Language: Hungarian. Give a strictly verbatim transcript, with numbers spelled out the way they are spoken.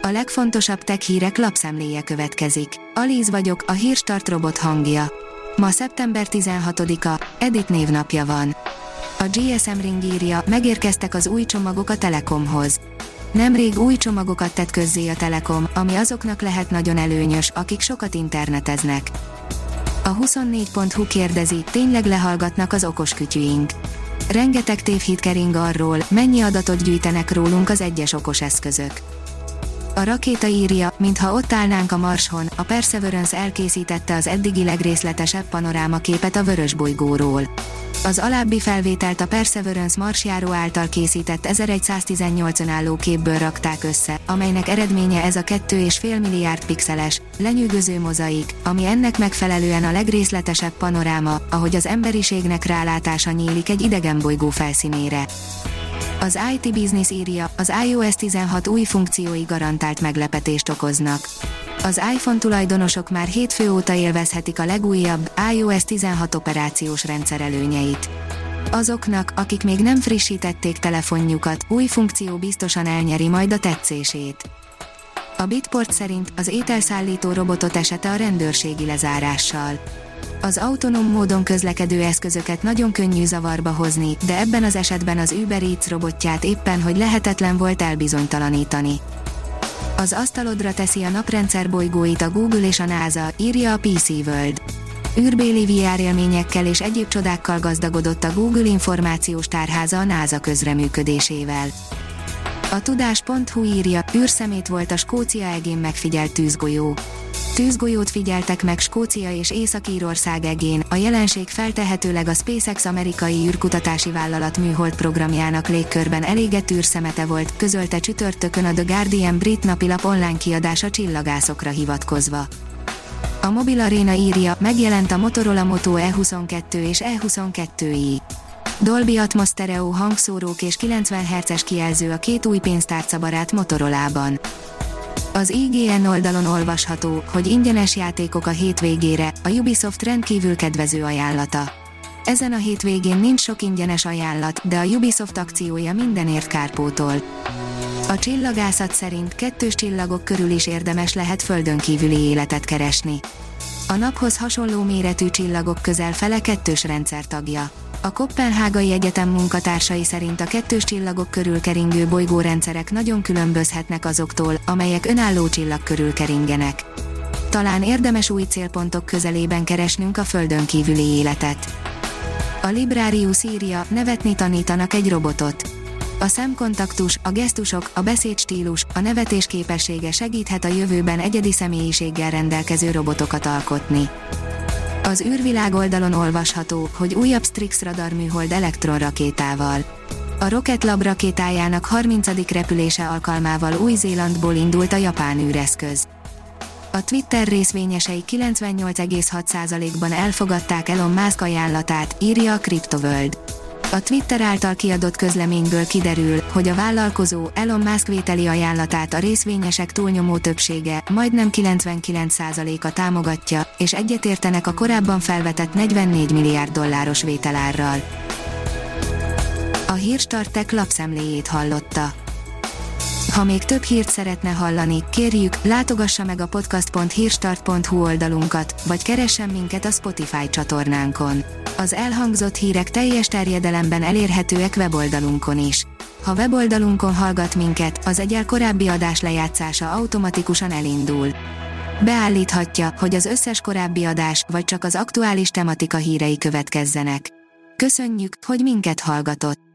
A legfontosabb tech hírek lapszemléje következik. Alíz vagyok, a Hírstart robot hangja. Ma szeptember tizenhatodika, Edith névnapja van. A gé es em Ring írja, megérkeztek az új csomagok a Telekomhoz. Nemrég új csomagokat tett közzé a Telekom, ami azoknak lehet nagyon előnyös, akik sokat interneteznek. A huszonnégy pont hu kérdezi, tényleg lehallgatnak az okos kütyüink. Rengeteg tévhit kering arról, mennyi adatot gyűjtenek rólunk az egyes okos eszközök. A Rakéta írja, mintha ott állnánk a Marson, a Perseverance elkészítette az eddigi legrészletesebb panorámaképet a vörösbolygóról. Az alábbi felvételt a Perseverance marsjáró által készített ezerszáztizennyolc önálló képből rakták össze, amelynek eredménye ez a két egész öt milliárd pixeles, lenyűgöző mozaik, ami ennek megfelelően a legrészletesebb panoráma, ahogy az emberiségnek rálátása nyílik egy idegen bolygó felszínére. Az i té Business írja, az iOS tizenhat új funkciói garantált meglepetést okoznak. Az iPhone tulajdonosok már hétfő óta élvezhetik a legújabb iOS tizenhat operációs rendszer előnyeit. Azoknak, akik még nem frissítették telefonjukat, új funkció biztosan elnyeri majd a tetszését. A Bitport szerint az ételszállító robotot esete a rendőrségi lezárással. Az autonóm módon közlekedő eszközöket nagyon könnyű zavarba hozni, de ebben az esetben az Uber Eats robotját éppen hogy lehetetlen volt elbizonytalanítani. Az asztalodra teszi a naprendszer bolygóit a Google és a NASA, írja a pé cé World. Űrbéli vé er élményekkel és egyéb csodákkal gazdagodott a Google információs tárháza a NASA közreműködésével. A tudás pont hu írja, űrszemét volt a Skócia egén megfigyelt tűzgolyó. Tűzgolyót figyeltek meg Skócia és Észak-Írország egén, a jelenség feltehetőleg a SpaceX amerikai űrkutatási vállalat műhold programjának légkörben elégett űrszemete volt, közölte csütörtökön a The Guardian brit napilap online kiadása csillagászokra hivatkozva. A Mobil Arena írja, megjelent a Motorola Moto E huszonkettő és E huszonkettő i. Dolby Atmos sztereó hangszórók és kilencven hertzes kijelző a két új pénztárcabarát Motorolában. Az i gé en oldalon olvasható, hogy ingyenes játékok a hétvégére, a Ubisoft rendkívül kedvező ajánlata. Ezen a hétvégén nincs sok ingyenes ajánlat, de a Ubisoft akciója mindenért kárpótol. A csillagászat szerint kettős csillagok körül is érdemes lehet földönkívüli életet keresni. A naphoz hasonló méretű csillagok közel fele kettős rendszer tagja. A Koppenhágai Egyetem munkatársai szerint a kettős csillagok körül keringő bolygórendszerek nagyon különbözhetnek azoktól, amelyek önálló csillag körül keringenek. Talán érdemes új célpontok közelében keresnünk a földön kívüli életet. A Librarius írja, nevetni tanítanak egy robotot. A szemkontaktus, a gesztusok, a beszédstílus, a nevetés képessége segíthet a jövőben egyedi személyiséggel rendelkező robotokat alkotni. Az űrvilág oldalon olvasható, hogy újabb Strix radarműhold elektronrakétával. A Rocket Lab rakétájának harmincadik repülése alkalmával Új-Zélandból indult a japán űreszköz. A Twitter részvényesei kilencvennyolc egész hat százalékban elfogadták Elon Musk ajánlatát, írja a CryptoWorld. A Twitter által kiadott közleményből kiderül, hogy a vállalkozó Elon Musk vételi ajánlatát a részvényesek túlnyomó többsége, majdnem kilencvenkilenc százaléka támogatja, és egyetértenek a korábban felvetett negyvennégy milliárd dolláros vételárral. A Hírstart Tech lapszemléjét hallotta. Ha még több hírt szeretne hallani, kérjük, látogassa meg a podcast pont hírstart pont hu oldalunkat, vagy keressen minket a Spotify csatornánkon. Az elhangzott hírek teljes terjedelemben elérhetőek weboldalunkon is. Ha weboldalunkon hallgat minket, az egyel korábbi adás lejátszása automatikusan elindul. Beállíthatja, hogy az összes korábbi adás, vagy csak az aktuális tematika hírei következzenek. Köszönjük, hogy minket hallgatott!